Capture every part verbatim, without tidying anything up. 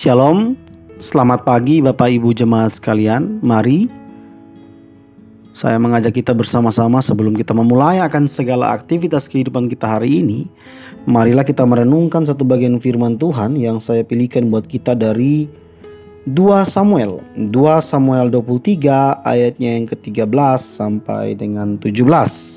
Shalom, selamat pagi Bapak Ibu jemaat sekalian. Mari saya mengajak kita bersama-sama sebelum kita memulai akan segala aktivitas kehidupan kita hari ini. Marilah kita merenungkan satu bagian firman Tuhan yang saya pilihkan buat kita dari dua Samuel dua Samuel dua puluh tiga ayatnya yang ke tiga belas sampai dengan tujuh belas.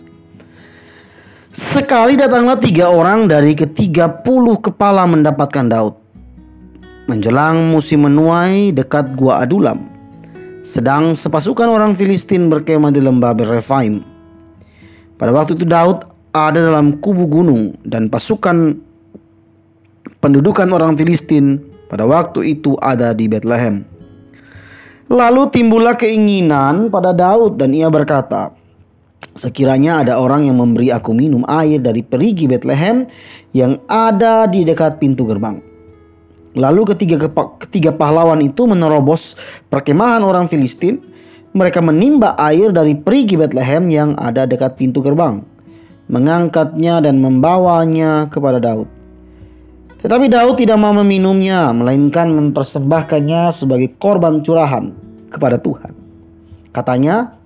Sekali datanglah tiga orang dari ketiga puluh kepala mendapatkan Daud menjelang musim menuai dekat Gua Adulam, sedang sepasukan orang Filistin berkemah di lembah Refaim. Pada waktu itu Daud ada dalam kubu gunung, dan pasukan pendudukan orang Filistin pada waktu itu ada di Betlehem. Lalu timbullah keinginan pada Daud, dan ia berkata, "Sekiranya ada orang yang memberi aku minum air dari perigi Betlehem yang ada di dekat pintu gerbang." Lalu ketiga, ketiga pahlawan itu menerobos perkemahan orang Filistin. Mereka menimba air dari perigi Betlehem yang ada dekat pintu gerbang, mengangkatnya dan membawanya kepada Daud. Tetapi Daud tidak mau meminumnya, melainkan mempersembahkannya sebagai korban curahan kepada Tuhan. Katanya,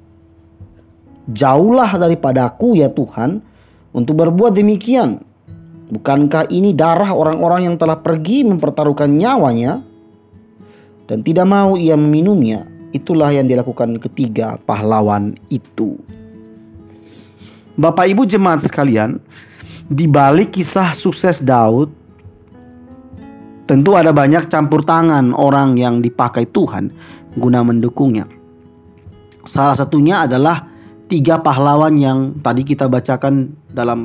"Jauhlah daripadaku ya Tuhan untuk berbuat demikian. Bukankah ini darah orang-orang yang telah pergi mempertaruhkan nyawanya?" Dan tidak mau ia meminumnya. Itulah yang dilakukan ketiga pahlawan itu. Bapak Ibu jemaat sekalian, di balik kisah sukses Daud, tentu ada banyak campur tangan orang yang dipakai Tuhan guna mendukungnya. Salah satunya adalah tiga pahlawan yang tadi kita bacakan dalam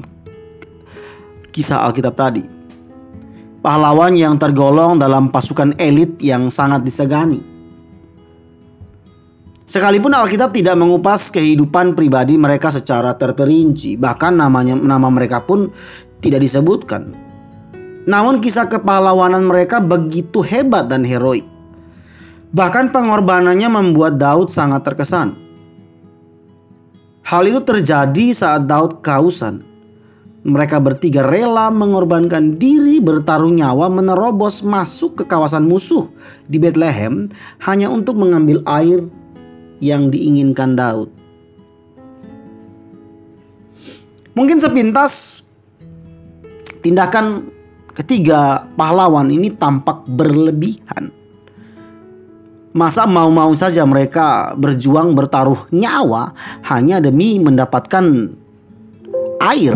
kisah Alkitab tadi. Pahlawan yang tergolong dalam pasukan elit yang sangat disegani. Sekalipun Alkitab tidak mengupas kehidupan pribadi mereka secara terperinci, bahkan namanya nama mereka pun tidak disebutkan. Namun kisah kepahlawanan mereka begitu hebat dan heroik. Bahkan pengorbanannya membuat Daud sangat terkesan. Hal itu terjadi saat Daud kehausan. Mereka bertiga rela mengorbankan diri, bertaruh nyawa, menerobos masuk ke kawasan musuh di Betlehem hanya untuk mengambil air yang diinginkan Daud. Mungkin sepintas tindakan ketiga pahlawan ini tampak berlebihan. Masa mau-mau saja mereka berjuang bertaruh nyawa hanya demi mendapatkan air?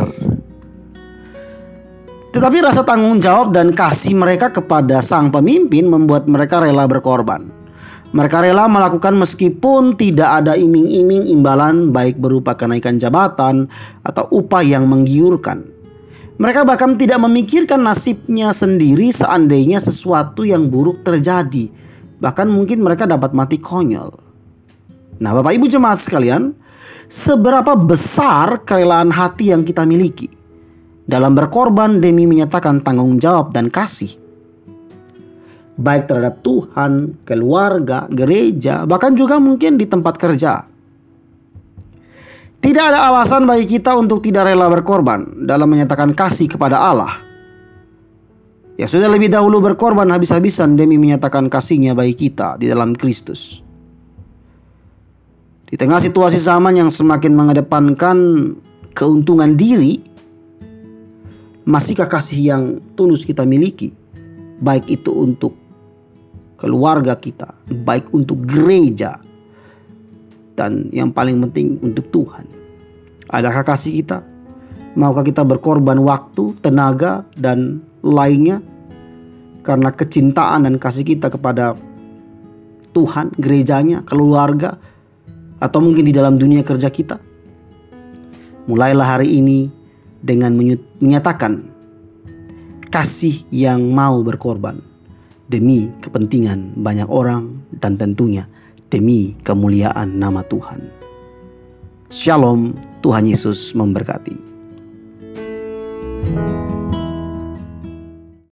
Tetapi rasa tanggung jawab dan kasih mereka kepada sang pemimpin membuat mereka rela berkorban. Mereka rela melakukan meskipun tidak ada iming-iming imbalan, baik berupa kenaikan jabatan atau upah yang menggiurkan. Mereka bahkan tidak memikirkan nasibnya sendiri seandainya sesuatu yang buruk terjadi. Bahkan mungkin mereka dapat mati konyol. Nah, Bapak Ibu jemaat sekalian, seberapa besar kerelaan hati yang kita miliki dalam berkorban demi menyatakan tanggung jawab dan kasih, baik terhadap Tuhan, keluarga, gereja, bahkan juga mungkin di tempat kerja. Tidak ada alasan bagi kita untuk tidak rela berkorban dalam menyatakan kasih kepada Allah. Ya sudah lebih dahulu berkorban habis-habisan demi menyatakan kasihnya bagi kita di dalam Kristus. Di tengah situasi zaman yang semakin mengedepankan keuntungan diri, masihkah kasih yang tulus kita miliki, baik itu untuk keluarga kita, baik untuk gereja, dan yang paling penting untuk Tuhan? Adakah kasih kita? Maukah kita berkorban waktu, tenaga, dan lainnya karena kecintaan dan kasih kita kepada Tuhan, gerejanya, keluarga, atau mungkin di dalam dunia kerja kita? Mulailah hari ini dengan menyatakan kasih yang mau berkorban demi kepentingan banyak orang dan tentunya demi kemuliaan nama Tuhan. Shalom, Tuhan Yesus memberkati.